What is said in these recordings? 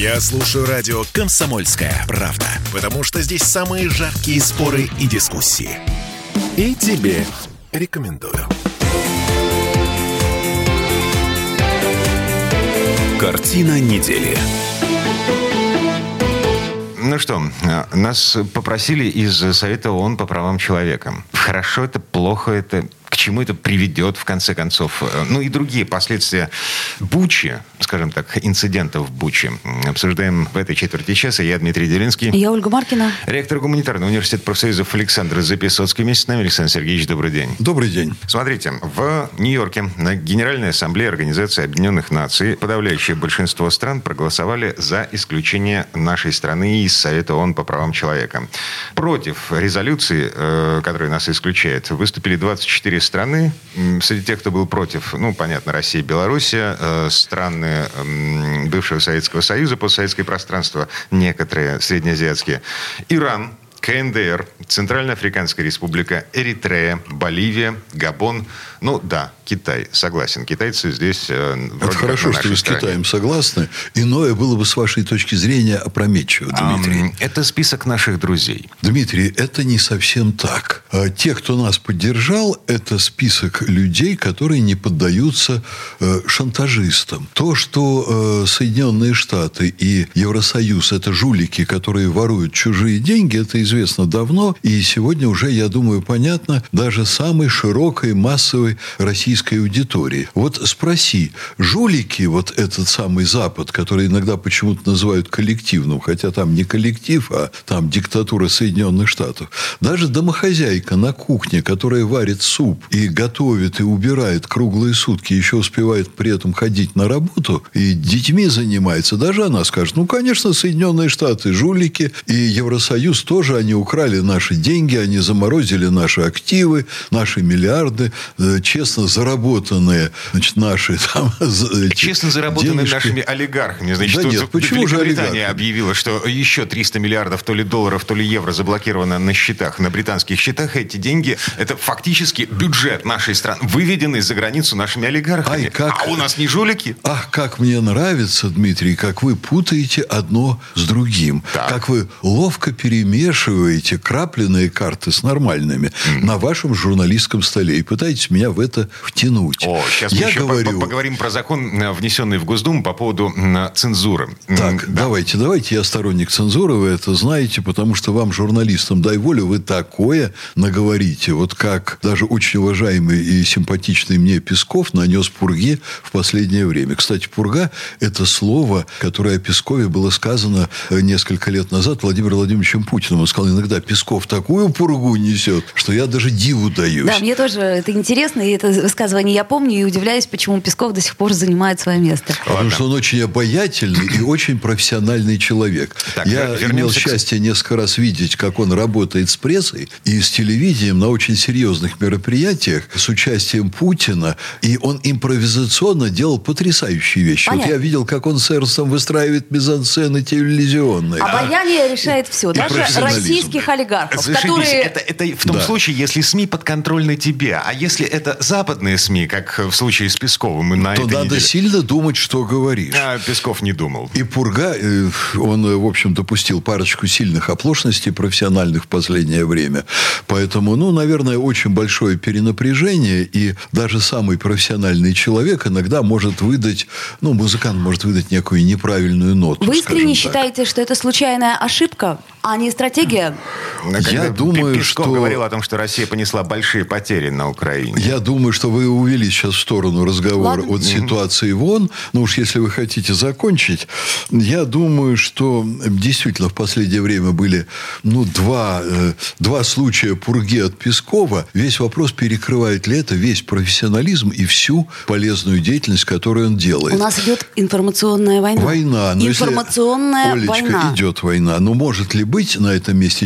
Я слушаю радио «Комсомольская правда», потому что здесь самые жаркие споры и дискуссии. И тебе рекомендую. Картина недели. Ну что, нас попросили из Совета ООН по правам человека. Хорошо это, плохо это, к чему это приведет, в конце концов. Ну и другие последствия Бучи, скажем так, инцидентов в Бучи. Обсуждаем в этой четверти часа. Я Дмитрий Делинский. Я Ольга Маркина. Ректор гуманитарного университета профсоюзов Александр Записоцкий. Вместе с нами. Александр Сергеевич, добрый день. Добрый день. Смотрите, в Нью-Йорке на Генеральной Ассамблее Организации Объединенных Наций подавляющее большинство стран проголосовали за исключение нашей страны из Совета ООН по правам человека. Против резолюции, которая нас исключает, выступили 24 страны. Среди тех, кто был против, ну, понятно, Россия, Белоруссия, страны бывшего Советского Союза, постсоветское пространство, некоторые среднеазиатские, Иран, КНДР, Центральноафриканская Республика, Эритрея, Боливия, Габон. Ну да, Китай, согласен. Китайцы здесь вроде это хорошо, что вы с Китаем согласны. Иное было бы, с вашей точки зрения, опрометчиво, Дмитрий. Это список наших друзей. Дмитрий, это не совсем так. Те, кто нас поддержал, это список людей, которые не поддаются шантажистам. То, что Соединенные Штаты и Евросоюз – это жулики, которые воруют чужие деньги, это известно давно. И сегодня уже, я думаю, понятно даже самой широкой, массовой российской аудитории. Вот спроси, жулики, вот этот самый Запад, который иногда почему-то называют коллективным, хотя там не коллектив, а там диктатура Соединенных Штатов. Даже домохозяйка на кухне, которая варит суп и готовит, и убирает круглые сутки, еще успевает при этом ходить на работу и детьми занимается, даже она скажет, ну, конечно, Соединенные Штаты жулики, и Евросоюз тоже, они украли наши деньги, они заморозили наши активы, наши миллиарды, честно заработанные, значит, наши там честно заработанные денежки. Нашими олигархами. Значит, да нет, почему же Великобритания объявила, что еще 300 миллиардов то ли долларов, то ли евро заблокировано на счетах, на британских счетах. Эти деньги, это фактически бюджет нашей страны, выведенный за границу нашими олигархами. А у нас не жулики? Ах, как мне нравится, Дмитрий, как вы путаете одно с другим. Так. Как вы ловко перемешиваете крапленые карты с нормальными на вашем журналистском столе и пытаетесь меня в это втянуть. Сейчас мы еще поговорим про закон, внесенный в Госдуму по поводу цензуры. Так, да. давайте, я сторонник цензуры, вы это знаете, потому что вам, журналистам, дай волю, вы такое наговорите. Вот как даже очень уважаемый и симпатичный мне Песков нанес пурге в последнее время. Кстати, пурга – это слово, которое о Пескове было сказано несколько лет назад Владимиром Владимировичем Путиным. Он сказал, иногда Песков такую пургу несет, что я даже диву даюсь. Да, мне тоже это интересно, и это высказывание я помню, и удивляюсь, почему Песков до сих пор занимает свое место. Потому что он очень обаятельный и очень профессиональный человек. Так, я имел счастье несколько раз видеть, как он работает с прессой и с телевидением на очень серьезных мероприятиях с участием Путина, и он импровизационно делал потрясающие вещи. Понятно. Вот я видел, как он с Эрнстом выстраивает мизансцены телевизионные. Обаяние решает все, даже российских олигархов, которые... Это в том случае, если СМИ подконтрольны тебе, а если это западные СМИ, как в случае с Песковым, то надо сильно думать, что говоришь. А Песков не думал. И Пурга, он, в общем, допустил парочку сильных оплошностей профессиональных в последнее время. Поэтому, наверное, очень большое перенапряжение, и даже самый профессиональный человек иногда может выдать, музыкант может выдать некую неправильную ноту. Вы искренне считаете, что это случайная ошибка, а не стратегия? Я думаю, Песков что... говорил о том, что Россия понесла большие потери на Украине. Я думаю, что вы увели сейчас в сторону разговор от ситуации в ООН. Но уж если вы хотите закончить, я думаю, что действительно в последнее время были два случая пурги от Пескова. Весь вопрос, перекрывает ли это весь профессионализм и всю полезную деятельность, которую он делает. У нас идет информационная война. Война. Информационная Олечка, война. идет война. Но может ли быть на этом месте человек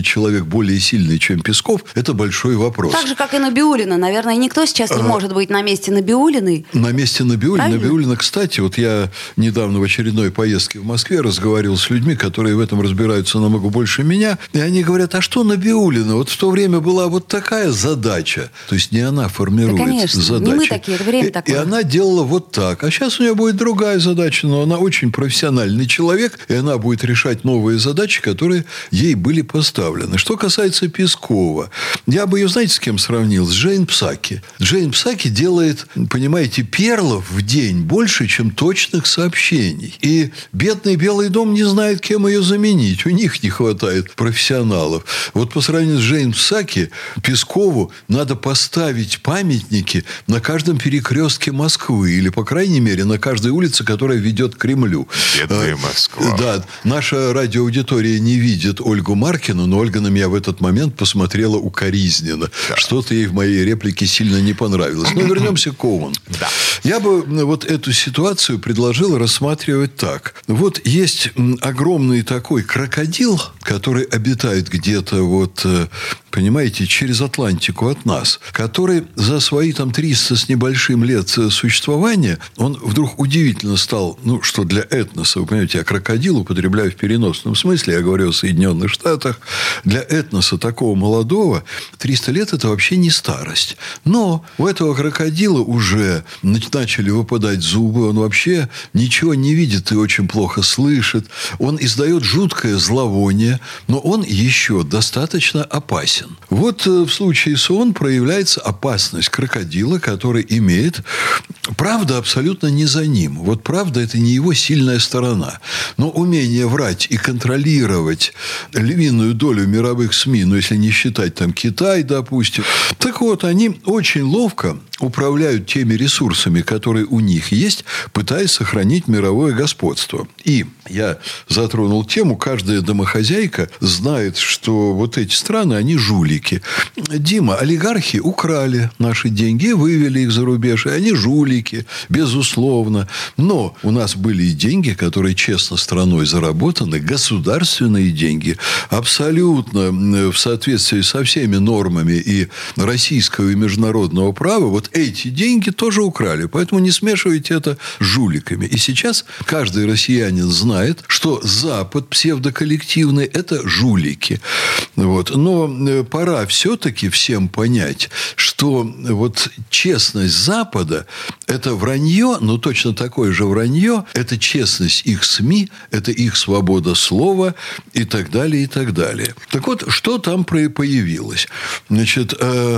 человек более сильный, чем Песков, это большой вопрос. Так же, как и Набиуллина. Наверное, никто сейчас не может быть на месте Набиуллиной. На месте Набиуллина. Правильно? Набиуллина, кстати, вот я недавно в очередной поездке в Москве разговаривал с людьми, которые в этом разбираются намного больше меня, и они говорят, а что Набиуллина? Вот в то время была вот такая задача. То есть не она формирует конечно, задачи. не мы такие, это время такое. И она делала вот так. А сейчас у нее будет другая задача, но она очень профессиональный человек, и она будет решать новые задачи, которые ей были поставлены. Что касается Пескова, я бы ее, знаете, с кем сравнил? С Джейн Псаки. Джейн Псаки делает, понимаете, перлов в день больше, чем точных сообщений. И бедный Белый дом не знает, кем ее заменить. У них не хватает профессионалов. Вот по сравнению с Джейн Псаки, Пескову надо поставить памятники на каждом перекрестке Москвы. Или, по крайней мере, на каждой улице, которая ведет к Кремлю. Бедная Москва. Да. Наша радиоаудитория не видит Ольгу Маркину, но Ольга на меня в этот момент посмотрела укоризненно. Да. Что-то ей в моей реплике сильно не понравилось. Но вернемся к Оуэн. Да. Я бы вот эту ситуацию предложил рассматривать так. Вот есть огромный такой крокодил, который обитает где-то вот, понимаете, через Атлантику от нас, который за свои там 300 с небольшим лет существования, он вдруг удивительно стал, ну, что для этноса, вы понимаете, я крокодил употребляю в переносном смысле, я говорю о Соединенных Штатах, для этноса такого молодого 300 лет – это вообще не старость. Но у этого крокодила уже начали выпадать зубы, он вообще ничего не видит и очень плохо слышит, он издает жуткое зловоние, но он еще достаточно опасен. Вот в случае с Оуэн проявляется опасность крокодила, который имеет... Правда абсолютно не за ним. Вот правда – это не его сильная сторона. Но умение врать и контролировать львиную долю мировых СМИ, ну, если не считать там Китай, допустим. Так вот, они очень ловко управляют теми ресурсами, которые у них есть, пытаясь сохранить мировое господство. И я затронул тему, каждая домохозяйка знает, что вот эти страны, они жулики. Дима, олигархи украли наши деньги, вывели их за рубеж, и они жулики, безусловно. Но у нас были и деньги, которые честно страной заработаны, государственные деньги, абсолютно в соответствии со всеми нормами и российского, и международного права. Вот эти деньги тоже украли. Поэтому не смешивайте это с жуликами. И сейчас каждый россиянин знает, что Запад псевдоколлективный – это жулики. Вот. Но пора все-таки всем понять, что вот честность Запада – это вранье, но точно такое же вранье – это честность их СМИ, это их свобода слова и так далее, и так далее. Так вот, что там появилось? Значит,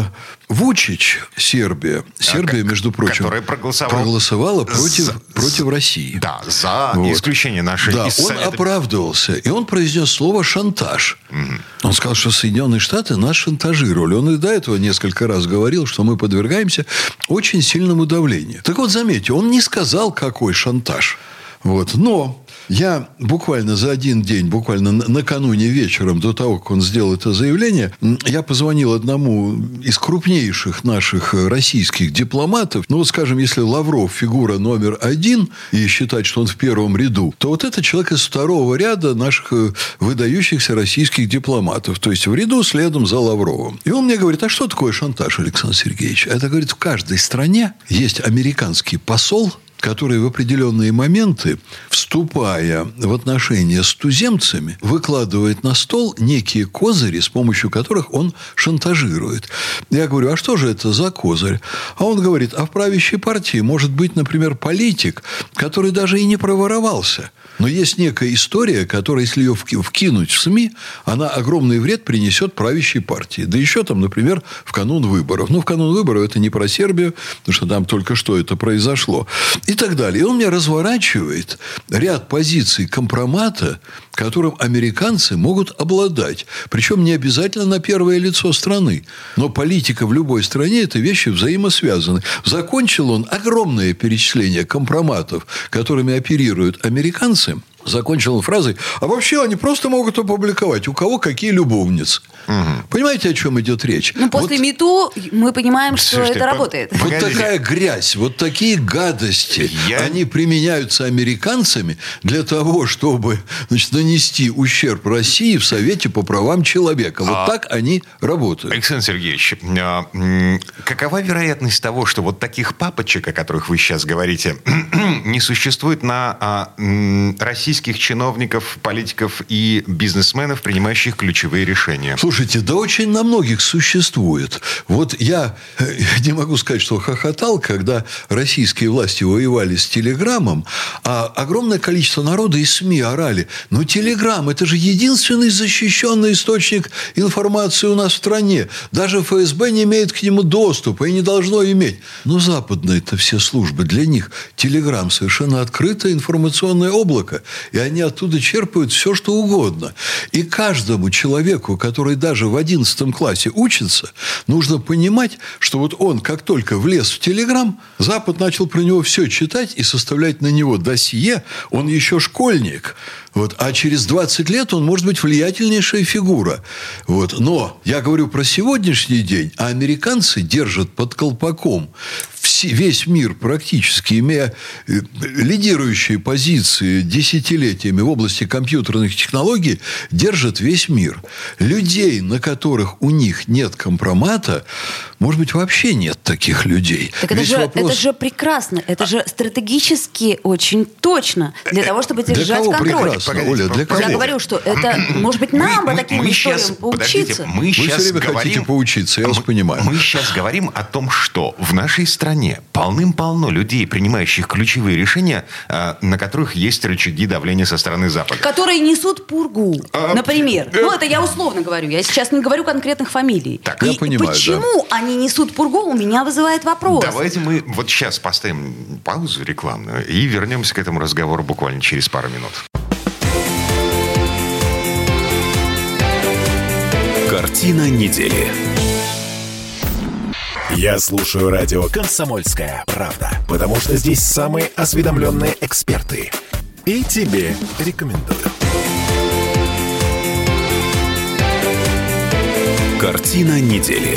Вучич, Сербия, между прочим, которая проголосовала против России. Да, за исключение нашей Да, из Совета. Он оправдывался, и он произнес слово «шантаж». Он сказал, что Соединенные Штаты нас шантажировали. Он и до этого несколько раз говорил, что мы подвергаемся очень сильному давлению. Так вот, заметьте, он не сказал, какой шантаж. Вот. Но я буквально за один день, буквально накануне вечером, до того, как он сделал это заявление, я позвонил одному из крупнейших наших российских дипломатов. Ну, вот, скажем, если Лавров фигура номер 1, и считать, что он в первом ряду, то вот это человек из второго ряда наших выдающихся российских дипломатов. То есть, в ряду следом за Лавровым. И он мне говорит, а что такое шантаж, Александр Сергеевич? Это, говорит, в каждой стране есть американский посол, который в определенные моменты, вступая в отношения с туземцами, выкладывает на стол некие козыри, с помощью которых он шантажирует. Я говорю, а что же это за козырь? А он говорит, а в правящей партии может быть, например, политик, который даже и не проворовался. Но есть некая история, которая, если ее вкинуть в СМИ, она огромный вред принесет правящей партии. Да еще там, например, в канун выборов. Ну, в канун выборов это не про Сербию, потому что там только что это произошло. И так далее. И он мне разворачивает ряд позиций компромата, которым американцы могут обладать. Причем не обязательно на первое лицо страны. Но политика в любой стране – это вещи взаимосвязаны. Закончил он огромное перечисление компроматов, которыми оперируют американцы, Закончил он фразой: а вообще они просто могут опубликовать, у кого какие любовницы. Понимаете, о чем идет речь? Ну, после МИТУ мы понимаем, что Слушайте, это работает. Вот такая грязь, вот такие гадости, они применяются американцами для того, чтобы, значит, нанести ущерб России в Совете по правам человека. Вот так они работают. Александр Сергеевич, какова вероятность того, что вот таких папочек, о которых вы сейчас говорите, не существует на российских чиновников, политиков и бизнесменов, принимающих ключевые решения? Слушайте, да очень на многих существует. Вот я не могу сказать, что хохотал, когда российские власти воевали с Телеграмом, а огромное количество народа и СМИ орали: ну, Телеграм – это же единственный защищенный источник информации у нас в стране. Даже ФСБ не имеет к нему доступа и не должно иметь. Но западные-то все службы, для них Телеграм совершенно открытое информационное облако, и они оттуда черпают все, что угодно. И каждому человеку, который даже в 11 классе учится, нужно понимать, что вот он, как только влез в Телеграм, Запад начал про него все читать и составлять на него досье. Он еще школьник. Вот. А через 20 лет он может быть влиятельнейшая фигура. Вот. Но я говорю про сегодняшний день, а американцы держат под колпаком весь мир практически, имея лидирующие позиции десятилетиями в области компьютерных технологий, держат весь мир. Людей, на которых у них нет компромата, может быть, вообще нет таких людей. Так это же прекрасно. Это же стратегически очень точно. Для того, чтобы держать контроль. Погодите, Оля, для кого? Я говорю, что это, может быть, нам бы таким историям поучиться. Вы все время хотите поучиться, я вас понимаю. Мы сейчас говорим о том, что в нашей стране полным-полно людей, принимающих ключевые решения, на которых есть рычаги давления со стороны Запада. Которые несут пургу, например. Ну, это я условно говорю. Я сейчас не говорю конкретных фамилий. Так, и я понимаю, почему они несут пургу, у меня вызывает вопрос. Давайте мы вот сейчас поставим паузу рекламную и вернемся к этому разговору буквально через пару минут. Картина недели. Я слушаю радио «Комсомольская правда», потому что здесь самые осведомленные эксперты. И тебе рекомендую. Картина недели.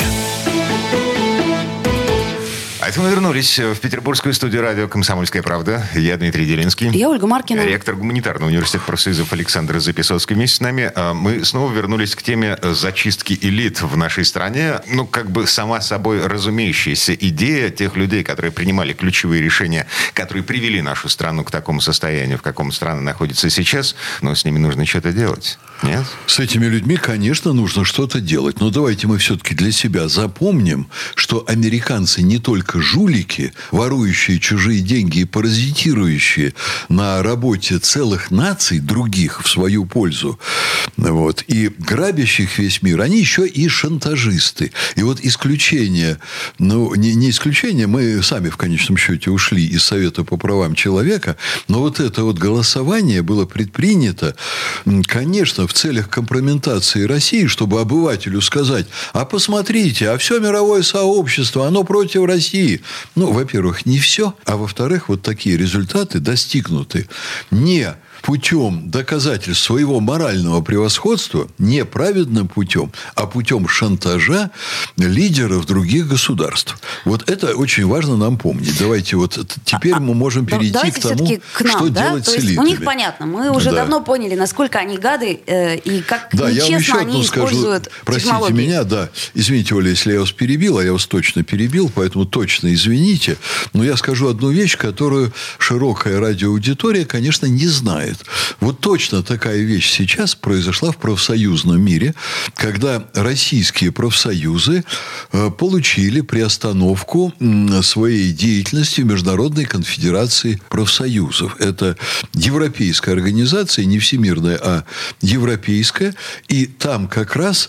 А это мы вернулись в петербургскую студию радио «Комсомольская правда». Я Дмитрий Делинский. Я Ольга Маркина. Ректор гуманитарного университета профсоюзов Александр Записоцкий вместе с нами. Мы снова вернулись к теме зачистки элит в нашей стране. Ну, как бы сама собой разумеющаяся идея тех людей, которые принимали ключевые решения, которые привели нашу страну к такому состоянию, в каком страна находится сейчас. Но с ними нужно что-то делать. Нет? С этими людьми, конечно, нужно что-то делать. Но давайте мы все-таки для себя запомним, что американцы не только жулики, ворующие чужие деньги и паразитирующие на работе целых наций других в свою пользу, вот, и грабящих весь мир, они еще и шантажисты. И вот исключение, ну, не исключение, мы сами в конечном счете ушли из Совета по правам человека, но вот это вот голосование было предпринято, конечно, в целях компрометации России, чтобы обывателю сказать: а посмотрите, а все мировое сообщество, оно против России. Ну, во-первых, не все, а во-вторых, вот такие результаты достигнуты не путем доказательств своего морального превосходства, не праведным путем, а путем шантажа лидеров других государств. Вот это очень важно нам помнить. Давайте вот теперь мы можем перейти к тому, что делать с элитами. У них понятно. Мы уже давно поняли, насколько они гады и как нечестно они используют технологии. Простите меня, да. Извините, Оля, если я вас перебил, а я вас точно перебил, поэтому точно извините. Но я скажу одну вещь, которую широкая радиоаудитория, конечно, не знает. Вот точно такая вещь сейчас произошла в профсоюзном мире, когда российские профсоюзы получили приостановку своей деятельности в Международной конфедерации профсоюзов. Это европейская организация, не всемирная, а европейская. И там как раз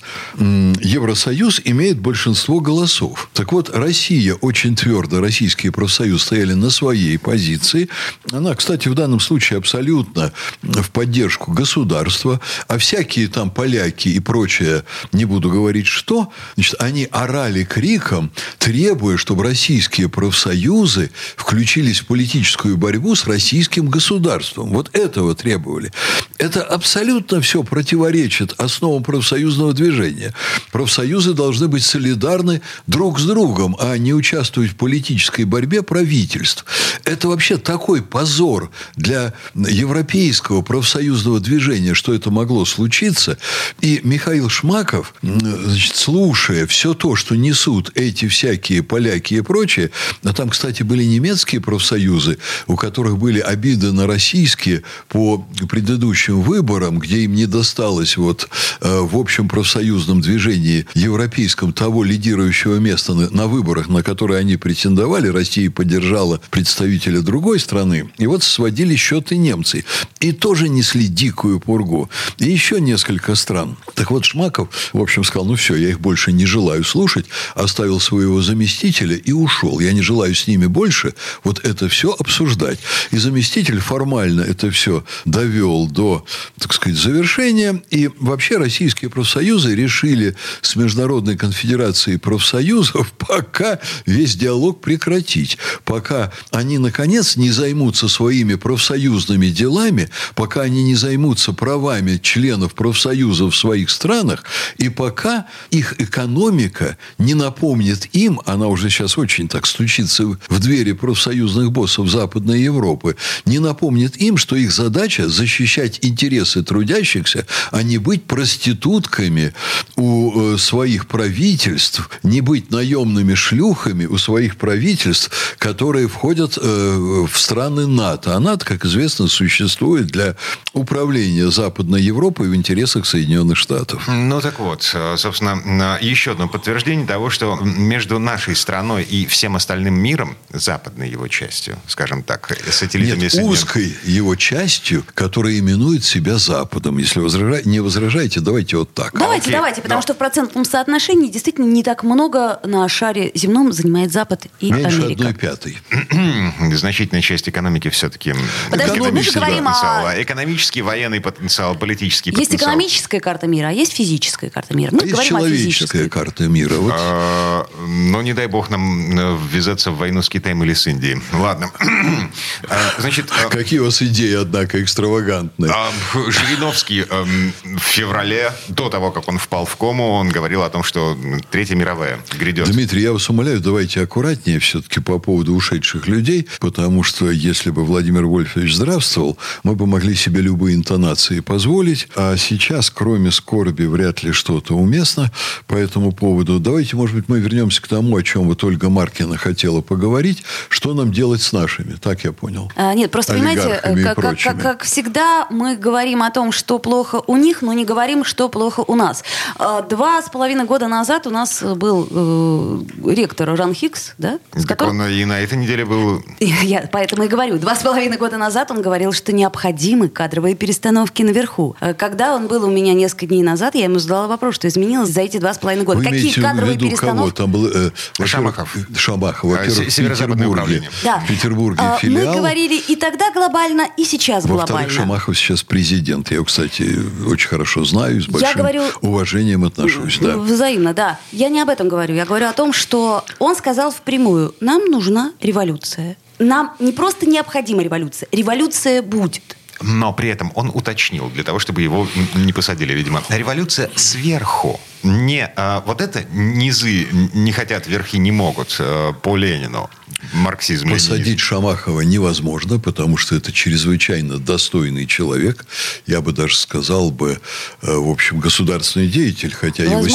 Евросоюз имеет большинство голосов. Так вот, Россия очень твердо, российские профсоюзы стояли на своей позиции. Она, кстати, в данном случае абсолютно в поддержку государства, а всякие там поляки и прочее, не буду говорить что, значит, они орали криком, требуя, чтобы российские профсоюзы включились в политическую борьбу с российским государством. Вот этого требовали. Это абсолютно все противоречит основам профсоюзного движения. Профсоюзы должны быть солидарны друг с другом, а не участвовать в политической борьбе правительств. Это вообще такой позор для европейского профсоюзного движения, что это могло случиться. И Михаил Шмаков, значит, слушая все то, что несут эти всякие поляки и прочее, а там, кстати, были немецкие профсоюзы, у которых были обиды на российские по предыдущим выборам, где им не досталось вот в общем профсоюзном движении европейском того лидирующего места на выборах, на которые они претендовали. Россия поддержала представителя другой страны. И вот сводили счеты немцы. И тоже несли дикую пургу. И еще несколько стран. Так вот, Шмаков, в общем, сказал, ну все, я их больше не желаю слушать. Оставил своего заместителя и ушел. Я не желаю с ними больше вот это все обсуждать. И заместитель формально это все довел до, так сказать, завершения. И вообще российские профсоюзы решили с Международной конфедерацией профсоюзов пока весь диалог прекратить. Пока они, наконец, не займутся своими профсоюзными делами, пока они не займутся правами членов профсоюзов в своих странах, и пока их экономика не напомнит им, она уже сейчас очень так стучится в двери профсоюзных боссов Западной Европы, не напомнит им, что их задача защищать интересы трудящихся, а не быть проститутками у своих правительств, не быть наемными шлюхами у своих правительств, которые входят в страны НАТО. А НАТО, как известно, существует для управления Западной Европой в интересах Соединенных Штатов. Ну, так вот, собственно, еще одно подтверждение того, что между нашей страной и всем остальным миром, западной его частью, скажем так, сателлитами... Нет, узкой его частью, которая именует себя Западом. Если не возражаете, давайте вот так. Давайте, потому что в процентном соотношении действительно не так много на шаре земном занимает Запад и меньше Америка. 1/5. Значительная часть экономики все-таки... Подождите, мы же говорим о... Экономический, военный потенциал, политический потенциал. Есть экономическая карта мира, а есть физическая карта мира. Мы есть человеческая карта мира. Вот. Но не дай бог нам ввязаться в войну с Китаем или с Индией. Ладно. Значит... Какие у вас идеи, однако, экстравагантные. Жириновский в феврале, до того, как он впал в кому, он говорил о том, что Третья мировая грядет. Дмитрий, я вас умоляю, давайте аккуратнее все-таки по поводу ушедших людей, потому что если бы Владимир Вольфович здравствовал, мы бы могли себе любые интонации позволить, а сейчас, кроме скорби, вряд ли что-то уместно по этому поводу. Давайте, может быть, мы вернемся к тому, о чем вот Ольга Маркина хотела поговорить, что нам делать с нашами, так я понял? Нет, просто, понимаете, как всегда, мы говорим о том, что плохо у них, но не говорим, что плохо у нас. 2,5 года назад у нас был ректор Ран Хикс, да? Он и на этой неделе был... Я поэтому и говорю. 2,5 года назад он говорил, что необходимы кадровые перестановки наверху. Когда он был у меня несколько дней назад, я ему задала вопрос, что изменилось за эти 2,5 года. Вы какие кадровые перестановки? Кого? Там был Шамахов. Во-первых, Северо-западное управление. Да. В Петербурге филиал. Мы говорили и тогда глобально, и сейчас глобально. Во-вторых, Шамахов сейчас президент. Я его, кстати, очень хорошо знаю, с большим уважением отношусь. Да. Взаимно, да. Я не об этом говорю. Я говорю о том, что он сказал впрямую, нам нужна революция. Нам не просто необходима революция. Революция будет. Но при этом он уточнил, для того, чтобы его не посадили, видимо. Революция сверху. Не, вот это низы не хотят, верхи не могут по Ленину. Марксизм. Посадить Шамахова невозможно, потому что это чрезвычайно достойный человек. Я бы даже сказал бы, в общем, государственный деятель, хотя его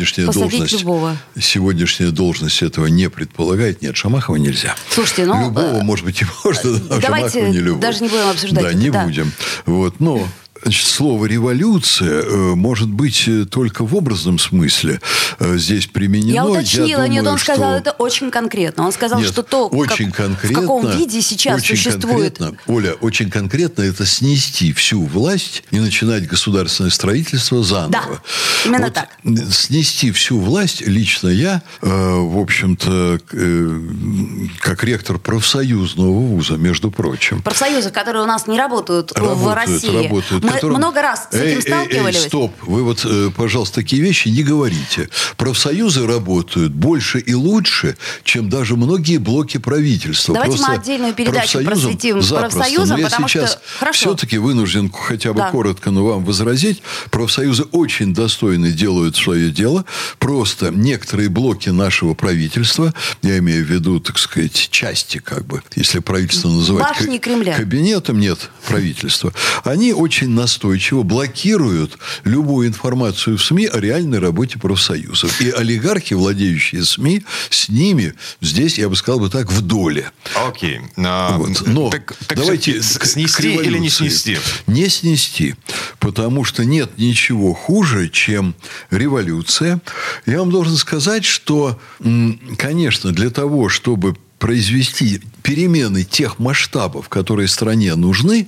сегодняшняя должность этого не предполагает. Нет, Шамахова нельзя. Слушайте, любого, может быть, и можно, но Шамахова не любого. Даже не будем обсуждать. Да, не будем. Вот, но Значит, слово «революция» может быть только в образном смысле здесь применено. Я уточнила, нет, он сказал это очень конкретно. Он сказал, что то, очень конкретно, в каком виде сейчас существует. Оля, очень конкретно это снести всю власть и начинать государственное строительство заново. Да, именно так. Снести всю власть лично я, в общем-то, как ректор профсоюзного вуза, между прочим. Профсоюзы, которые у нас не работают в России. Мы много раз с этим сталкивались. Стоп, вы вот, пожалуйста, такие вещи не говорите. Профсоюзы работают больше и лучше, чем даже многие блоки правительства. Давайте мы отдельную передачу просветим профсоюзам, потому что... Хорошо. Все-таки вынужден хотя бы коротко, но вам возразить. Профсоюзы очень достойно делают свое дело. Просто некоторые блоки нашего правительства, я имею в виду, так сказать, части, как бы, если правительство называть башни Кремля. Кабинетом, нет, правительства, они очень настойчиво блокируют любую информацию в СМИ о реальной работе профсоюзов. И олигархи, владеющие СМИ, с ними здесь, я бы сказал бы так, в доле. Окей. Вот. Но так давайте снести или не снести? Не снести. Потому что нет ничего хуже, чем революция. Я вам должен сказать, что, конечно, для того, чтобы произвести перемены тех масштабов, которые стране нужны,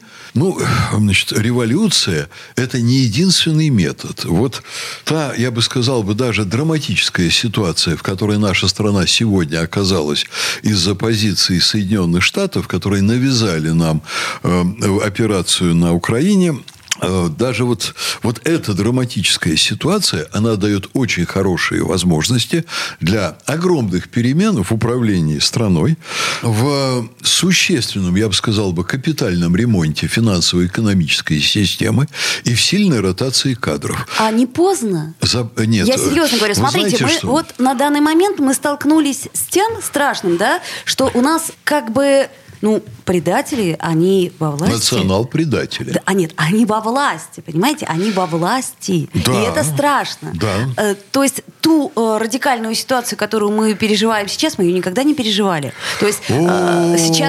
революция – это не единственный метод. Вот та, я бы сказал, даже драматическая ситуация, в которой наша страна сегодня оказалась из-за позиции Соединенных Штатов, которые навязали нам операцию на Украине. Даже вот эта драматическая ситуация, она дает очень хорошие возможности для огромных перемен в управлении страной, в существенном, я бы сказал, капитальном ремонте финансово-экономической системы и в сильной ротации кадров. А не поздно? Нет. Я серьезно говорю. Смотрите, знаете, вот на данный момент мы столкнулись с тем страшным, да, что у нас как бы... предатели, они во власти. Национал-предатели. Да, нет, они во власти, понимаете? Они во власти. Да. И это страшно. Да. То есть ту радикальную ситуацию, которую мы переживаем сейчас, мы ее никогда не переживали. То есть сейчас...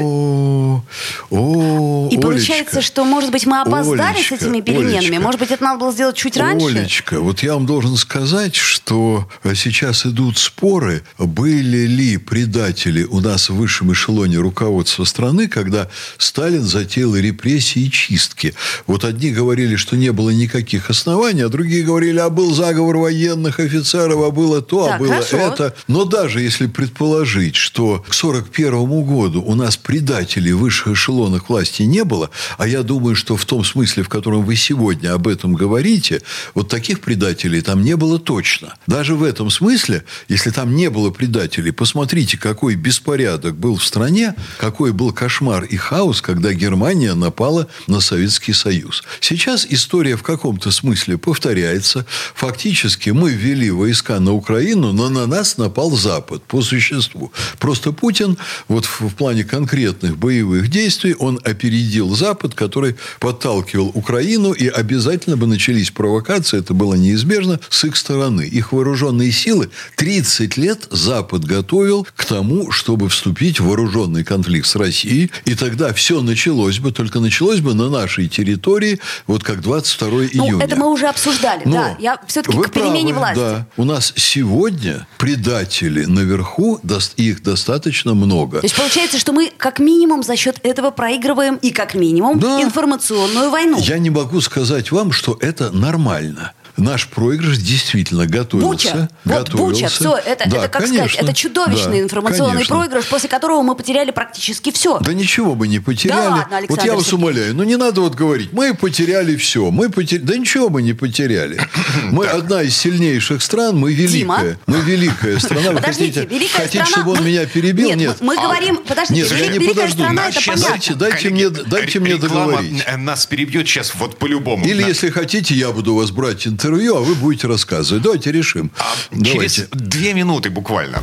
И получается, что, может быть, мы опоздали с этими переменами. Может быть, это надо было сделать чуть раньше. Олечка, вот я вам должен сказать, что сейчас идут споры, были ли предатели у нас в высшем эшелоне руководства страны, когда Сталин затеял репрессии и чистки. Вот одни говорили, что не было никаких оснований, а другие говорили, был заговор военных офицеров, а было то, так, а было хорошо. это. Но даже если предположить, что к 1941 году у нас предателей в высших эшелонах власти не было, а я думаю, что в том смысле, в котором вы сегодня об этом говорите, вот таких предателей там не было точно. Даже в этом смысле, если там не было предателей, посмотрите, какой беспорядок был в стране, какой был кошмар и хаос, когда Германия напала на Советский Союз. Сейчас история в каком-то смысле повторяется. Фактически мы ввели войска на Украину, но на нас напал Запад по существу. Просто Путин вот в плане конкретных боевых действий он опередил Запад, который подталкивал Украину, и обязательно бы начались провокации, это было неизбежно, с их стороны. Их вооруженные силы 30 лет Запад готовил к тому, чтобы вступить в вооруженный конфликт с Россией, и тогда все началось бы, только началось бы на нашей территории, вот как 22 июня. Это мы уже обсуждали, да. Я все-таки к перемене власти. Да. У нас сегодня предатели наверху, их достаточно много. То есть получается, что мы как минимум за счет этого проигрываем и как минимум информационную войну. Я не могу сказать вам, что это нормально. Наш проигрыш действительно готовился. Буча, все, это как конечно, сказать, это чудовищный информационный проигрыш, после которого мы потеряли практически все. Да ничего мы не потеряли. Да ладно, Александр вот я вас умоляю, не надо говорить, мы потеряли все. Да ничего мы не потеряли. Мы одна из сильнейших стран, мы великая. Мы великая страна. Вы Подождите, хотите, чтобы он меня перебил? Нет. Мы говорим, подождите, великая страна, это понятно. Дайте мне договорить. Нас перебьет сейчас вот по-любому. Или, если хотите, я буду у вас брать интервью, а вы будете рассказывать. Давайте решим. Через 2 минуты буквально.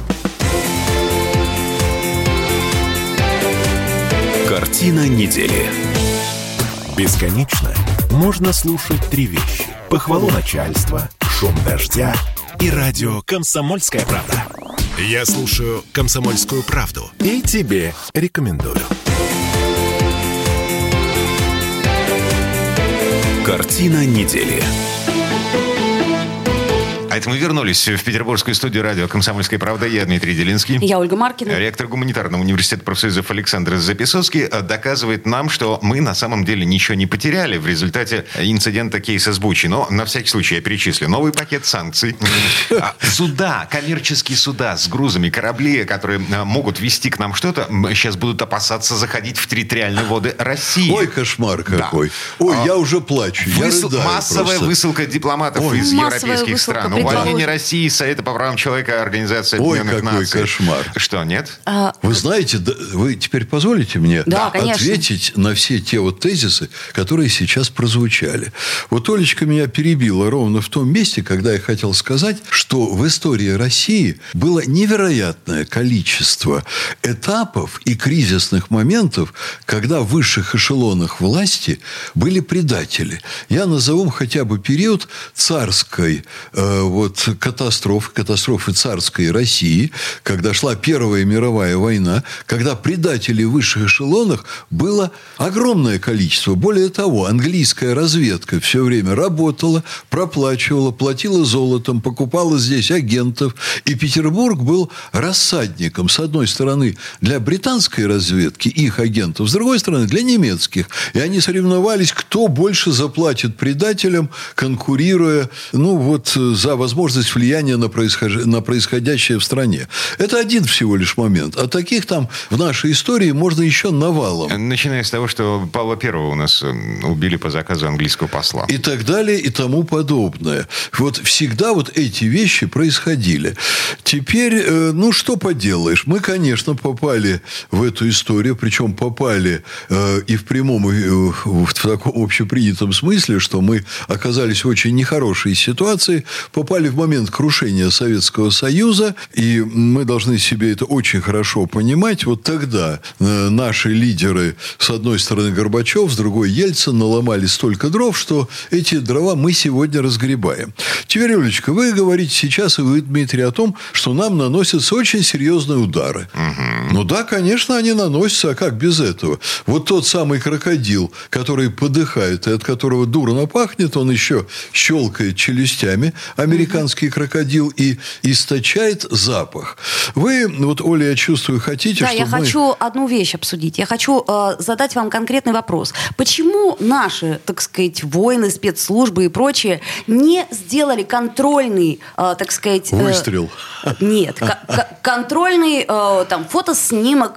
Картина недели. Бесконечно можно слушать 3 вещи: похвалу начальства, шум дождя и радио «Комсомольская правда». Я слушаю «Комсомольскую правду» и тебе рекомендую. Картина недели. А это мы вернулись в петербургскую студию радио «Комсомольская правда». Я Дмитрий Делинский. Я Ольга Маркина. Ректор гуманитарного университета профсоюзов Александр Записоцкий доказывает нам, что мы на самом деле ничего не потеряли в результате инцидента кейса с Бучей. Но на всякий случай я перечислю. Новый пакет санкций. Суда, коммерческие суда с грузами, корабли, которые могут везти к нам что-то, сейчас будут опасаться заходить в территориальные воды России. Ой, кошмар какой. Да. Ой, я уже плачу. Массовая высылка дипломатов из европейских стран. Увольнение России из Совета по правам человека Организации Объединенных Наций. Ой, какой кошмар. Что, нет? Вы знаете, вы теперь позволите мне ответить на все те вот тезисы, которые сейчас прозвучали. Вот Олечка меня перебила ровно в том месте, когда я хотел сказать, что в истории России было невероятное количество этапов и кризисных моментов, когда в высших эшелонах власти были предатели. Я назову хотя бы период царской катастрофы царской России, когда шла Первая мировая война, когда предателей в высших эшелонах было огромное количество. Более того, английская разведка все время работала, проплачивала, платила золотом, покупала здесь агентов. И Петербург был рассадником, с одной стороны, для британской разведки, их агентов, с другой стороны, для немецких. И они соревновались, кто больше заплатит предателям, конкурируя, за возможность влияния на происходящее в стране. Это один всего лишь момент. А таких там в нашей истории можно еще навалом. Начиная с того, что Павла I у нас убили по заказу английского посла. И так далее, и тому подобное. Вот всегда вот эти вещи происходили. Теперь, что поделаешь? Мы, конечно, попали в эту историю, причем попали и в прямом, и в таком общепринятом смысле, что мы оказались в очень нехорошей ситуации, попали в момент крушения Советского Союза, и мы должны себе это очень хорошо понимать. Вот тогда наши лидеры, с одной стороны Горбачев, с другой Ельцин, наломали столько дров, что эти дрова мы сегодня разгребаем. Теперь, Олечка, вы говорите сейчас, и вы, Дмитрий, о том, что нам наносятся очень серьезные удары. Ну да, конечно, они наносятся, а как без этого? Вот тот самый крокодил, который подыхает, и от которого дурно пахнет, он еще щелкает челюстями, американский крокодил, и источает запах. Вы, Оля, я чувствую, хотите, чтобы я хочу одну вещь обсудить. Я хочу задать вам конкретный вопрос. Почему наши, так сказать, воины, спецслужбы и прочие не сделали контрольный, выстрел? Нет. Контрольный фотоснимок,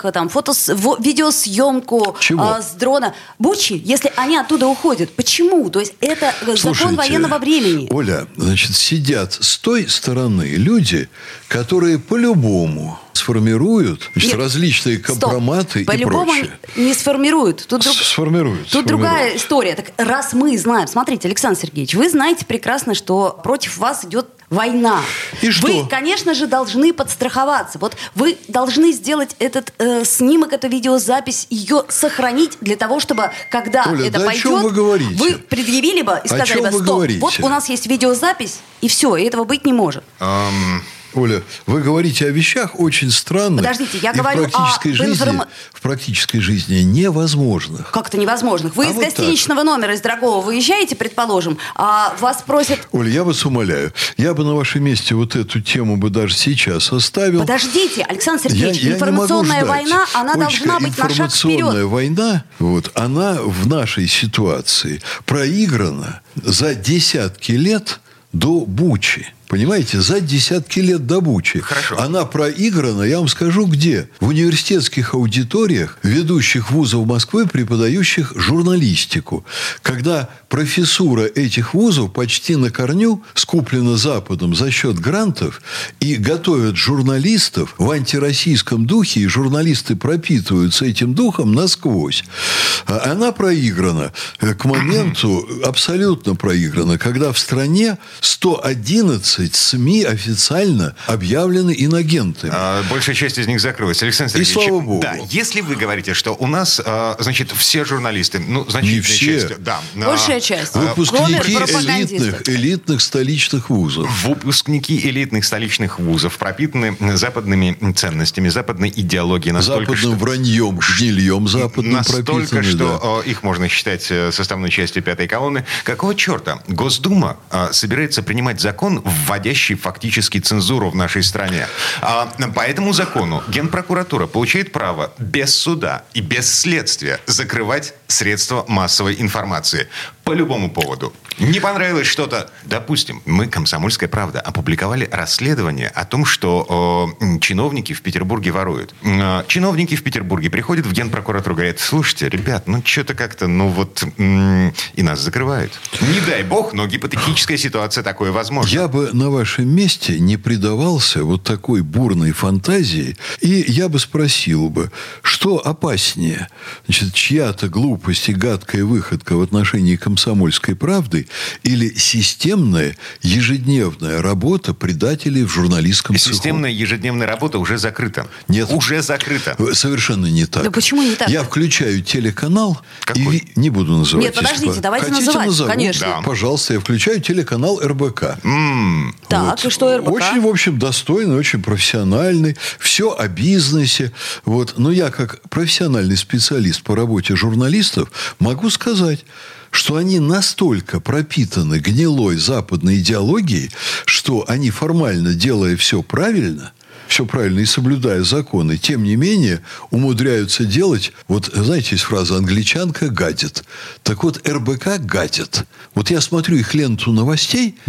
видеосъемку с дрона Бучи, если они оттуда уходят. Почему? То есть это закон военного времени. Оля, сидят с той стороны люди, которые по-любому сформируют различные компроматы и прочее. По-любому не сформируют. Сформируют. Тут другая история. Так раз мы знаем, смотрите, Александр Сергеевич, вы знаете прекрасно, что против вас идет война. И что? Вы, конечно же, должны подстраховаться. Вот вы должны сделать этот снимок, эту видеозапись, ее сохранить для того, чтобы, когда Оля, это пойдет, вы предъявили бы и сказали бы, стоп, вот у нас есть видеозапись, и все, и этого быть не может. Оля, вы говорите о вещах очень странных. Подождите, я говорю в практической жизни невозможных. Как-то невозможных. Вы из гостиничного номера из дорогого выезжаете, предположим, а вас просят... Оля, я вас умоляю, я бы на вашем месте эту тему бы даже сейчас оставил. Подождите, Александр Сергеевич, информационная война, она должна быть на шаг вперед. Информационная война, она в нашей ситуации проиграна за десятки лет до Бучи. Понимаете, за десятки лет до Бучи. Хорошо. Она проиграна, я вам скажу, где. В университетских аудиториях ведущих вузов Москвы, преподающих журналистику. Когда профессура этих вузов почти на корню скуплена Западом за счет грантов и готовят журналистов в антироссийском духе, и журналисты пропитываются этим духом насквозь. Она проиграна к моменту, абсолютно проиграна, когда в стране 111 15 СМИ официально объявлены инагентами. Большая часть из них закрылась. Александр Сергеевич, и слава богу. Да, если вы говорите, что у нас, значит, все журналисты, не все. часть, да, большая часть. Выпускники элитных столичных вузов. Выпускники элитных столичных вузов пропитаны западными ценностями, западной идеологией. Западным враньем, гнильем западным настолько, пропитаны. Что их можно считать составной частью пятой колонны. Какого черта Госдума собирается принимать закон, вводящий фактически цензуру в нашей стране? По этому закону Генпрокуратура получает право без суда и без следствия закрывать средства массовой информации по любому поводу. Не понравилось что-то? Допустим, мы, «Комсомольская правда», опубликовали расследование о том, что чиновники в Петербурге воруют. Чиновники в Петербурге приходят в Генпрокуратуру, говорят: слушайте, ребят, что-то как-то, и нас закрывают. Не дай бог, но гипотетическая ситуация такое возможно. Я бы на вашем месте не предавался вот такой бурной фантазии, и я бы спросил бы, что опаснее? Значит, чья-то глупость и гадкая выходка в отношении «Комсомольской правды» или системная ежедневная работа предателей в журналистском цеху? Системная ежедневная работа уже закрыта. Нет. Уже закрыта. Совершенно не так. Да почему не так? Я включаю телеканал Какой? и не буду называть. Нет, подождите, давайте Хотите, называть, назову? конечно. Да. Пожалуйста, я включаю телеканал РБК. Так, и что РБК? Очень, в общем, достойный, очень профессиональный. Все о бизнесе. Но я, как профессиональный специалист по работе журналистов, могу сказать, что они настолько пропитаны гнилой западной идеологией, что они, формально делая все правильно и соблюдая законы, тем не менее умудряются делать, знаете, есть фраза «англичанка гадит». Так вот, РБК гадит. Я смотрю их ленту новостей,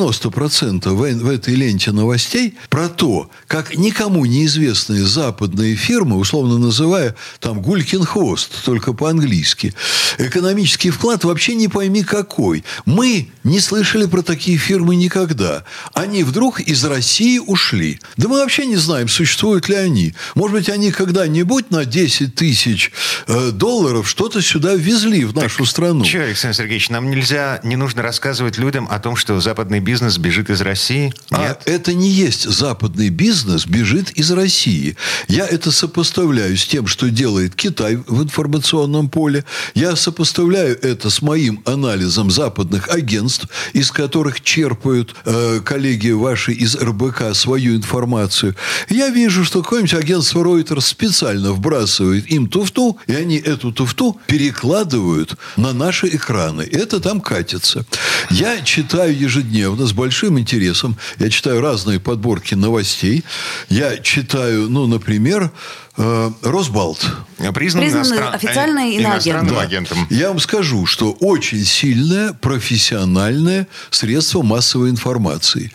90% в этой ленте новостей про то, как никому неизвестные западные фирмы, условно называя Гулькин хвост, только по-английски, экономический вклад вообще не пойми какой. Мы не слышали про такие фирмы никогда. Они вдруг из России ушли. Да мы вообще не знаем, существуют ли они. Может быть, они когда-нибудь на 10 тысяч долларов что-то сюда ввезли в нашу страну. Чего, Александр Сергеевич, нам не нужно рассказывать людям о том, что западный бизнес бежит из России? Нет? Это не есть западный бизнес бежит из России. Я это сопоставляю с тем, что делает Китай в информационном поле. Я сопоставляю это с моим анализом западных агентств, из которых черпают коллеги ваши из РБК свою информацию. Я вижу, что какое-нибудь агентство Reuters специально вбрасывает им туфту, и они эту туфту перекладывают на наши экраны. Это там катится. Я читаю ежедневно с большим интересом. Я читаю разные подборки новостей. Я читаю, например, Росбалт. Признан официально иностранным агентом. Я вам скажу, что очень сильное профессиональное средство массовой информации.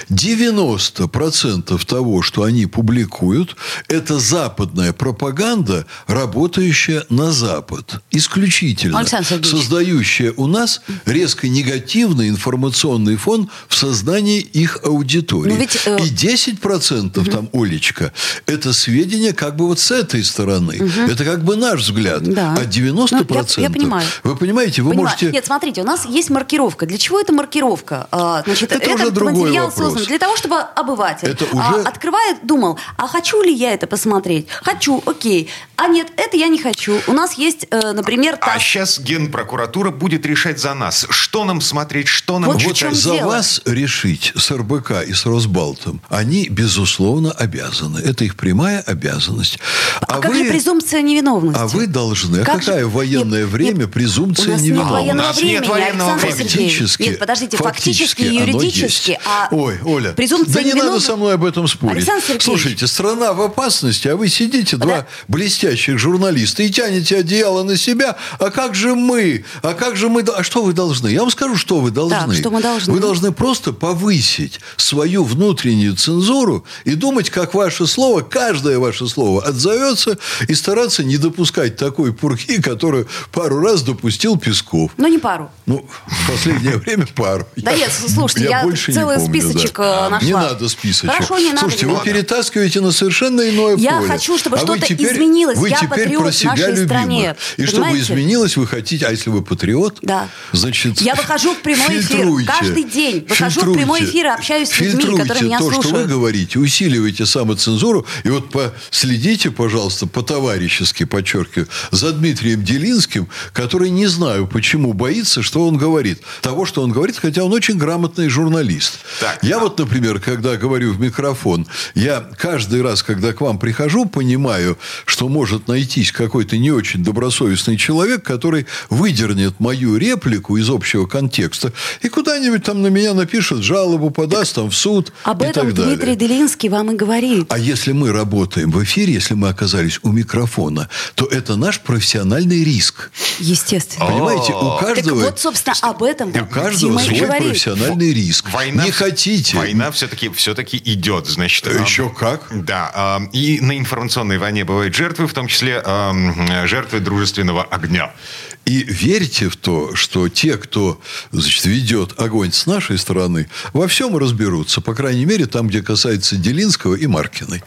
90% того, что они публикуют, это западная пропаганда, работающая на Запад. Исключительно. Создающая у нас резко негативный информационный фон в сознании их аудитории. И 10% там, Олечка, это сведения как бы с этой стороны. Это как бы наш взгляд. Да. А 90%... Я понимаю. Вы понимаете, вы можете... Нет, смотрите, у нас есть маркировка. Для чего эта маркировка? Это уже другой вопрос. Создан для того, чтобы обыватель, это уже... открывает, думал, хочу ли я это посмотреть? Хочу, окей. А нет, это я не хочу. У нас есть, например... А сейчас Генпрокуратура будет решать за нас. Что нам смотреть, что нам читать. За вас решить с РБК и с Росбалтом они, безусловно, обязаны. Это их прямая обязанность. А как же презумпция невиновности? А вы должны. Какое военное время презумпция невиновности? У нас нет военного времени. Фактически. Нет, подождите, фактически и юридически. Ой, Оля, презумпция не надо со мной об этом спорить. Слушайте, страна в опасности, а вы сидите, два блестящих журналиста, и тянете одеяло на себя. А как же мы? А что вы должны? Я вам скажу, что вы должны. Так, что мы должны? Вы должны просто повысить свою внутреннюю цензуру и думать, как ваше слово, каждое ваше слово отзовется, и стараться не допускать такой пурги, которую пару раз допустил Песков. Ну, не пару. Ну, в последнее время пару. Да нет, слушайте, я целый списочек нашла. Не надо списочек. Хорошо, не надо. Слушайте, вы перетаскиваете на совершенно иное поле. Я хочу, чтобы что-то изменилось. Вы Я теперь патриот про себя нашей любима. стране. И чтобы изменилось, вы хотите... А если вы патриот, да. Значит, я выхожу в прямой эфир каждый день. Выхожу в прямой эфир и общаюсь с людьми, которые меня слушают. То, что вы говорите, усиливайте самоцензуру. И вот следите, пожалуйста, по-товарищески, подчеркиваю, за Дмитрием Делинским, который не знаю, почему боится, что он говорит. Того, что он говорит, хотя он очень грамотный журналист. Я вот, например, когда говорю в микрофон, я каждый раз, когда к вам прихожу, понимаю, что может найтись какой-то не очень добросовестный человек, который выдернет мою реплику из общего контекста и куда-нибудь там на меня напишет жалобу, подаст там в суд об и этом так далее. Дмитрий Делинский вам и говорит. А если мы работаем в эфире, если мы оказались у микрофона, то это наш профессиональный риск. Естественно. Понимаете, у каждого... Так вот, собственно, об этом у каждого свой профессиональный риск. Война не хотите... Война все-таки идет, значит. Еще как. Да. И на информационной войне бывают жертвы, в том числе жертвы дружественного огня. И верьте в то, что те, кто, значит, ведет огонь с нашей стороны, во всем разберутся. По крайней мере, там, где касается Делинского и Маркиной.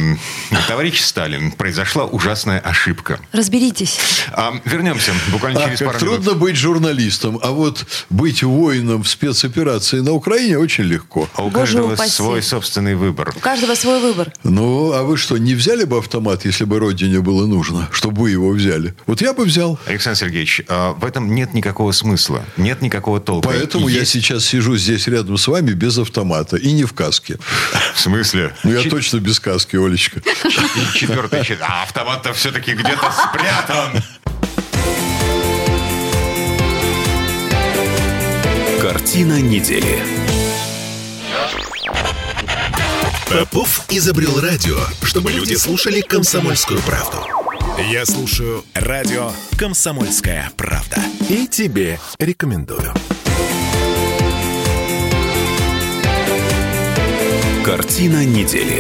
Товарищ Сталин, произошла ужасная ошибка. Разберитесь. Вернемся буквально через пару минут. Трудно быть журналистом, а вот быть воином в спецоперации на Украине очень легко. А у каждого свой собственный выбор. У каждого свой выбор. Ну, а вы что, не взяли бы автомат, если бы родине было нужно, чтобы вы его взяли? Вот я бы взял. Александр Сергеевич, в этом нет никакого смысла, нет никакого толка. Поэтому я сейчас сижу здесь рядом с вами без автомата и не в каске. В смысле? Ну, я точно без каски, Олечка. И четвертый. А автомат-то все-таки где-то спрятан. Картина недели. Попов изобрел радио, чтобы люди слушали «Комсомольскую правду». Я слушаю радио «Комсомольская правда». И тебе рекомендую. Картина недели.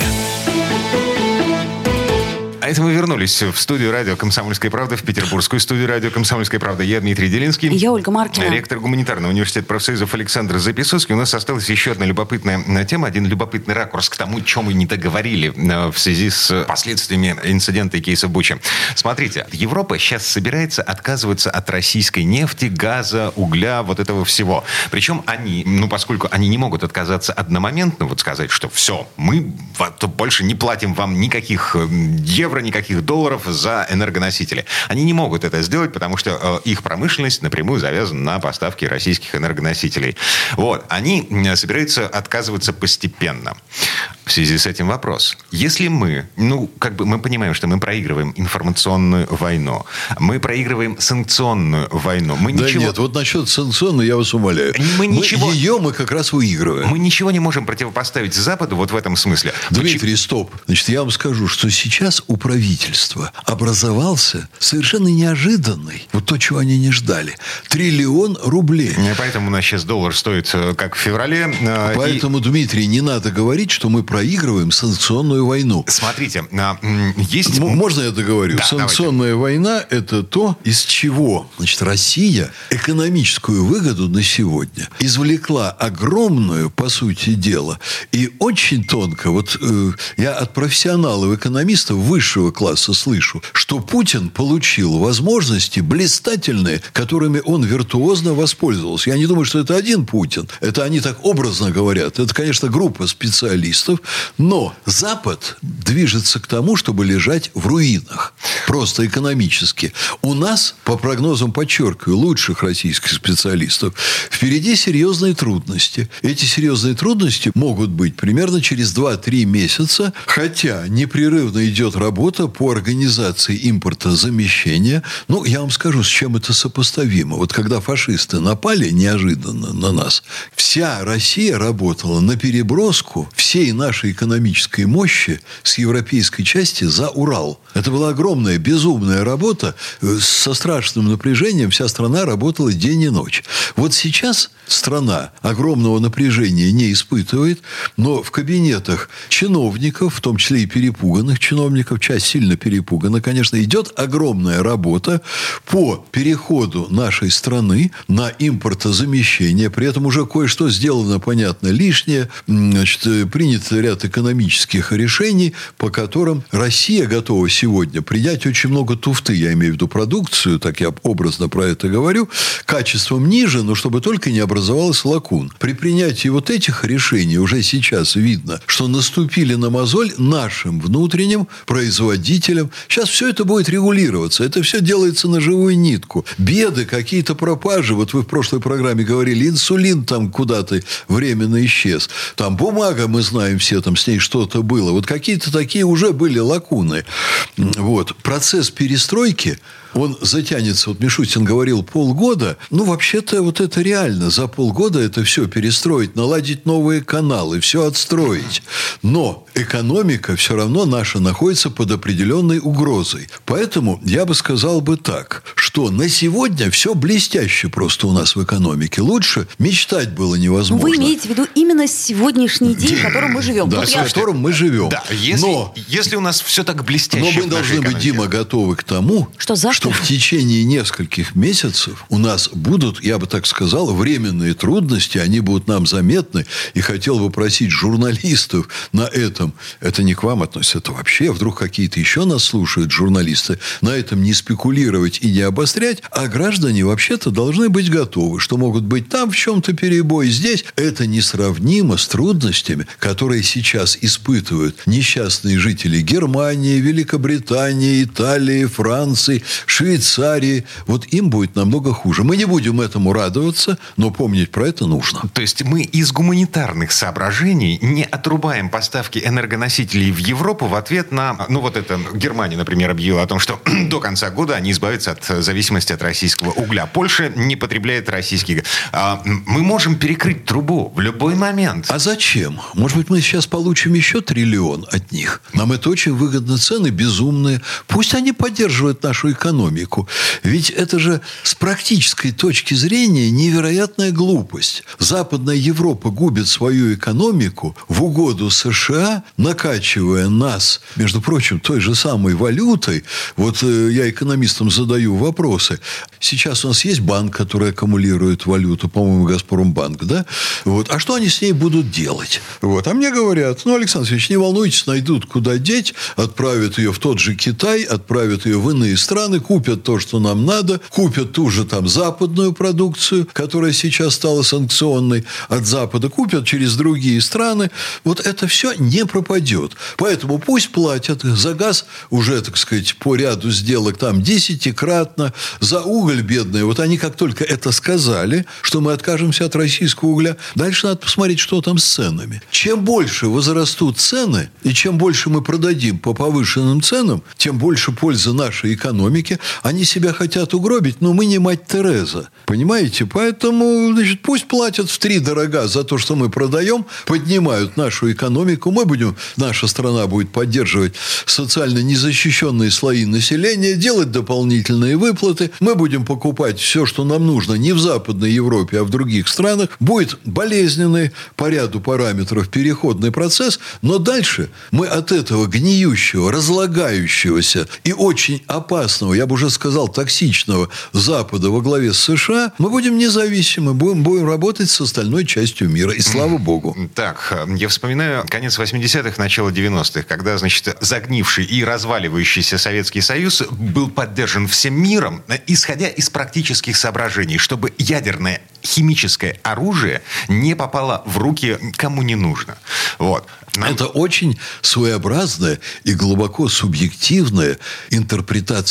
А это мы вернулись в студию радио «Комсомольская правда», в петербургскую студию радио «Комсомольская правда». Я Дмитрий Делинский. Я Ольга Маркина. Ректор гуманитарного университета профсоюзов Александр Записоцкий. У нас осталась еще одна любопытная тема, один любопытный ракурс к тому, чем мы не договорили в связи с последствиями инцидента и кейса в Буче. Смотрите, Европа сейчас собирается отказываться от российской нефти, газа, угля, вот этого всего. Причем они, поскольку они не могут отказаться одномоментно, вот сказать, что все, мы больше не платим вам никаких евро, никаких долларов за энергоносители. Они не могут это сделать, потому что их промышленность напрямую завязана на поставки российских энергоносителей. Вот. Они собираются отказываться постепенно. В связи с этим вопрос. Если мы понимаем, что мы проигрываем информационную войну, мы проигрываем санкционную войну. Нет, вот насчет санкционной я вас умоляю. Мы как раз выигрываем. Мы ничего не можем противопоставить Западу вот в этом смысле. Дмитрий, стоп. Значит, я вам скажу, что сейчас у правительства образовался совершенно неожиданный, вот то, чего они не ждали, 1 триллион рублей. И поэтому у нас сейчас доллар стоит, как в феврале. Поэтому, Дмитрий, не надо говорить, что мы проигрываем санкционную войну. Смотрите, есть... Можно я договорю? Да, санкционная война – это то, из чего, значит, Россия экономическую выгоду на сегодня извлекла огромную, по сути дела, и очень тонко. Вот я от профессионалов-экономистов высшего класса слышу, что Путин получил возможности блистательные, которыми он виртуозно воспользовался. Я не думаю, что это один Путин. Это они так образно говорят. Это, конечно, группа специалистов. Но Запад движется к тому, чтобы лежать в руинах. Просто экономически. У нас, по прогнозам, подчеркиваю, лучших российских специалистов, впереди серьезные трудности. Эти серьезные трудности могут быть примерно через 2-3 месяца, хотя непрерывно идет работа по организации импортозамещения. Я вам скажу, с чем это сопоставимо. Вот когда фашисты напали неожиданно на нас, вся Россия работала на переброску всей нашей нашей экономической мощи с европейской части за Урал. Это была огромная, безумная работа. Со страшным напряжением вся страна работала день и ночь. Вот сейчас страна огромного напряжения не испытывает, но в кабинетах чиновников, в том числе и перепуганных чиновников, часть сильно перепугана, конечно, идет огромная работа по переходу нашей страны на импортозамещение. При этом уже кое-что сделано, понятно, лишнее. Значит, принят ряд экономических решений, по которым Россия готова сегодня принять очень много туфты, я имею в виду продукцию, так я образно про это говорю, качеством ниже, но чтобы только не образовалась лакун. При принятии вот этих решений уже сейчас видно, что наступили на мозоль нашим внутренним производителям. Сейчас все это будет регулироваться. Это все делается на живую нитку. Беды, какие-то пропажи. Вот вы в прошлой программе говорили, инсулин там куда-то временно исчез. Там бумага, мы знаем все, там с ней что-то было. Вот какие-то такие уже были лакуны. Вот. Процесс перестройки, он затянется. Вот Мишустин говорил полгода. Ну, вообще-то, вот это реально. За полгода это все перестроить, наладить новые каналы, все отстроить. Но экономика все равно наша находится под определенной угрозой. Поэтому я бы сказал бы так, что на сегодня все блестяще просто у нас в экономике. Лучше мечтать было невозможно. Вы имеете в виду именно сегодняшний день, в котором мы живем? Да, в котором мы живем. Да, если у нас все так блестяще. Но мы должны быть, Дима, готовы к тому, что в течение нескольких месяцев у нас будут, я бы так сказал, временные трудности, они будут нам заметны. И хотел бы просить журналистов на этом, это не к вам относится, это вообще, вдруг какие-то еще нас слушают журналисты, на этом не спекулировать и не обострять, а граждане вообще-то должны быть готовы, что могут быть там в чем-то перебои, здесь. Это несравнимо с трудностями, которые сейчас испытывают несчастные жители Германии, Великобритании, Италии, Франции, Швейцарии. Вот им будет намного хуже. Мы не будем этому радоваться, но помнить про это нужно. То есть мы из гуманитарных соображений не отрубаем поставки энергоносителей в Европу в ответ на... Ну, вот это Германия, например, объявила о том, что до конца года они избавятся от зависимости от российского угля. Польша не потребляет российский газ. Мы можем перекрыть трубу в любой момент. А зачем? Может быть, мы сейчас получим еще 1 триллион от них. Нам это очень выгодно. Цены безумные. Пусть они поддерживают нашу экономику. Ведь это же с практической точки зрения невероятная глупость. Западная Европа губит свою экономику в угоду США, накачивая нас, между прочим, той же самой валютой. Вот я экономистам задаю вопросы. Сейчас у нас есть банк, который аккумулирует валюту, по-моему, Газпромбанк, да? Вот. А что они с ней будут делать? Вот. А мне говорят, Александр Ильич, не волнуйтесь, найдут куда деть, отправят ее в тот же Китай, отправят ее в иные страны, купят то, что нам надо, купят ту же там западную продукцию, которая сейчас стала санкционной от Запада, купят через другие страны. Вот это все не пропадет. Поэтому пусть платят за газ уже, так сказать, по ряду сделок там 10-кратно, за уголь бедные. Вот они как только это сказали, что мы откажемся от российского угля, дальше надо посмотреть, что там с ценами. Чем больше возрастут цены, и чем больше мы продадим по повышенным ценам, тем больше пользы нашей экономике. Они себя хотят угробить, но мы не мать Тереза. Понимаете? Поэтому, значит, пусть платят втридорога за то, что мы продаем, поднимают нашу экономику. Наша страна будет поддерживать социально незащищенные слои населения, делать дополнительные выплаты. Мы будем покупать все, что нам нужно, не в Западной Европе, а в других странах. Будет болезненный по ряду параметров переходный процесс, но дальше мы от этого гниющего, разлагающегося и очень опасного, я бы уже сказал, токсичного Запада во главе с США, мы будем независимы, будем работать с остальной частью мира. И слава богу. Так, я вспоминаю конец 80-х, начало 90-х, когда, значит, загнивший и разваливающийся Советский Союз был поддержан всем миром, исходя из практических соображений, чтобы ядерное химическое оружие не попало в руки кому не нужно. Вот. Это очень своеобразная и глубоко субъективная интерпретация истории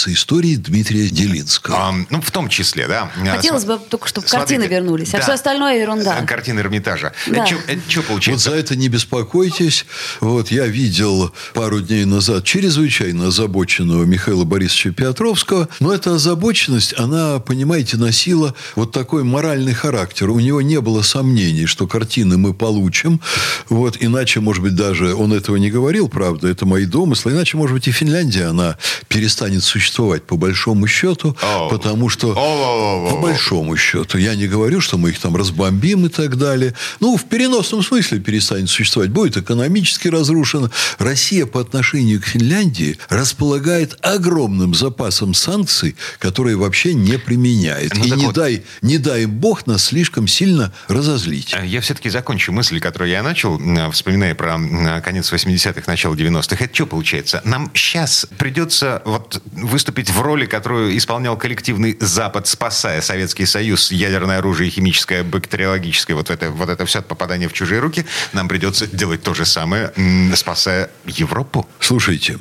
истории Дмитрия Делинского. В том числе, да. Хотелось бы только, чтобы картины вернулись, а все остальное ерунда. Картины Эрмитажа. Да. Что получается? Вот за это не беспокойтесь. Вот я видел пару дней назад чрезвычайно озабоченного Михаила Борисовича Петровского, но эта озабоченность, она, понимаете, носила вот такой моральный характер. У него не было сомнений, что картины мы получим. Вот, иначе, может быть, даже он этого не говорил, правда, это мои домыслы. Иначе, может быть, и Финляндия, она перестанет существовать по большому счету, потому что по большому счету, я не говорю, что мы их там разбомбим и так далее. В переносном смысле перестанет существовать. Будет экономически разрушена. Россия по отношению к Финляндии располагает огромным запасом санкций, которые вообще не применяет. И не дай бог нас слишком сильно разозлить. Я все-таки закончу мысль, которую я начал, вспоминая про конец 80-х, начало 90-х. Это что получается? Нам сейчас придется выступить в роли, которую исполнял коллективный Запад, спасая Советский Союз, ядерное оружие, химическое, бактериологическое, вот это все от попадания в чужие руки. Нам придется делать то же самое, спасая Европу. Слушайте,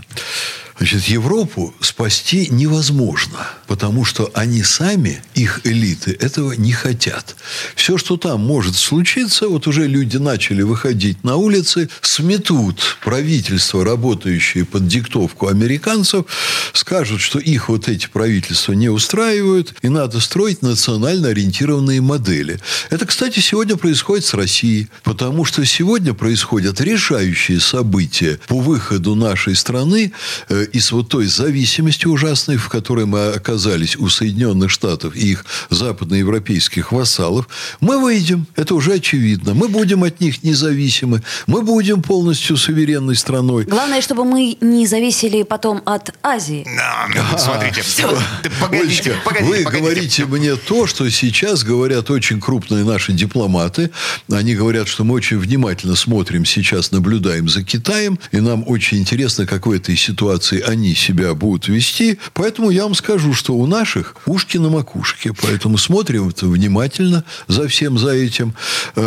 Европу спасти невозможно, потому что они сами, их элиты, этого не хотят. Все, что там может случиться, уже люди начали выходить на улицы, сметут правительства, работающие под диктовку американцев, скажут, что их эти правительства не устраивают, и надо строить национально ориентированные модели. Это, кстати, сегодня происходит с Россией, потому что сегодня происходят решающие события по выходу нашей страны из той зависимости ужасной, в которой мы оказались у Соединенных Штатов и их западноевропейских вассалов. Мы выйдем, это уже очевидно. Мы будем от них независимы. Мы будем полностью суверенной страной. Главное, чтобы мы не зависели потом от Азии. Смотрите. Погодите. Вы говорите мне то, что сейчас говорят очень крупные наши дипломаты. Они говорят, что мы очень внимательно смотрим сейчас, наблюдаем за Китаем, и нам очень интересно, как в этой ситуации они себя будут вести. Поэтому я вам скажу, что у наших ушки на макушке. Поэтому смотрим внимательно за всем за этим.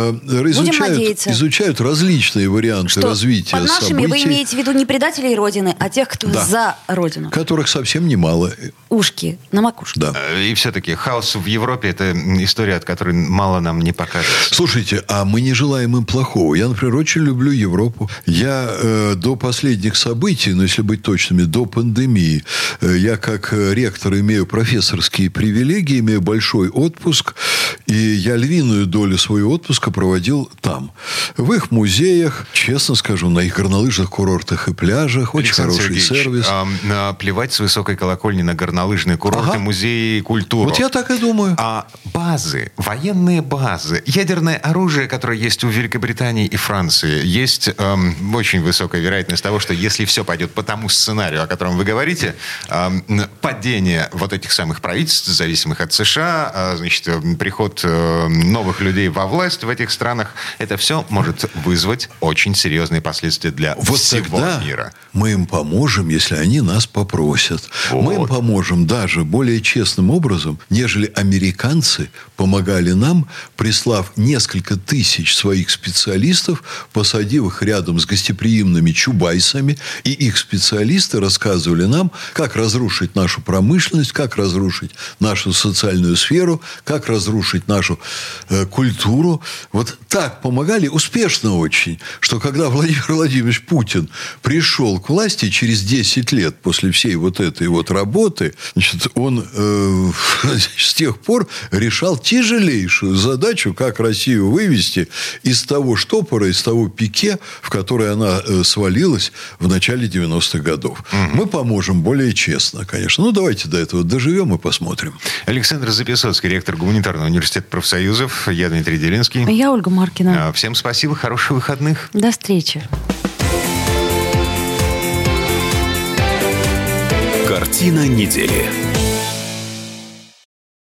Изучают различные варианты развития под нашими событий. Вы имеете в виду не предателей Родины, а тех, кто за Родину. Которых совсем немало. Ушки на макушке. Да. И все-таки хаос в Европе – это история, от которой мало нам не покажется. Слушайте, а мы не желаем им плохого. Я, например, очень люблю Европу. Я до последних событий, если быть точными, до пандемии, я как ректор имею профессорские привилегии, имею большой отпуск, и я львиную долю своего отпуска проводил там. В их музеях, честно скажу, на их горнолыжных курортах и пляжах. Очень хороший сервис. Плевать с высокой колокольни на горнолыжные курорты, музеи, культуру. Вот я так и думаю. А базы, военные базы, ядерное оружие, которое есть у Великобритании и Франции, есть очень высокая вероятность того, что если все пойдет по тому сценарию, о котором вы говорите, падение этих самых правительств, зависимых от США, приход новых людей во власть в этих странах, это все может вызвать очень серьезные последствия для всего мира. Мы им поможем, если они нас попросят. Мы им поможем даже более честным образом, нежели американцы помогали нам, прислав несколько тысяч своих специалистов, посадив их рядом с гостеприимными чубайсами, и их специалисты рассказывали нам, как разрушить нашу промышленность, как разрушить нашу социальную сферу, как разрушить нашу культуру. Так помогали успешно очень, что когда Владимир Владимирович Путин пришел к власти через 10 лет после всей этой работы, он с тех пор решал тяжелейшую задачу, как Россию вывести из того штопора, из того пике, в который она свалилась в начале 90-х годов. Мы поможем более честно, конечно. Давайте до этого доживем и посмотрим. Александр Записоцкий, ректор Гуманитарного университета профсоюзов. Я Дмитрий Делинский. Я Ольга Маркина. Всем спасибо, хороших выходных. До встречи. Картина недели.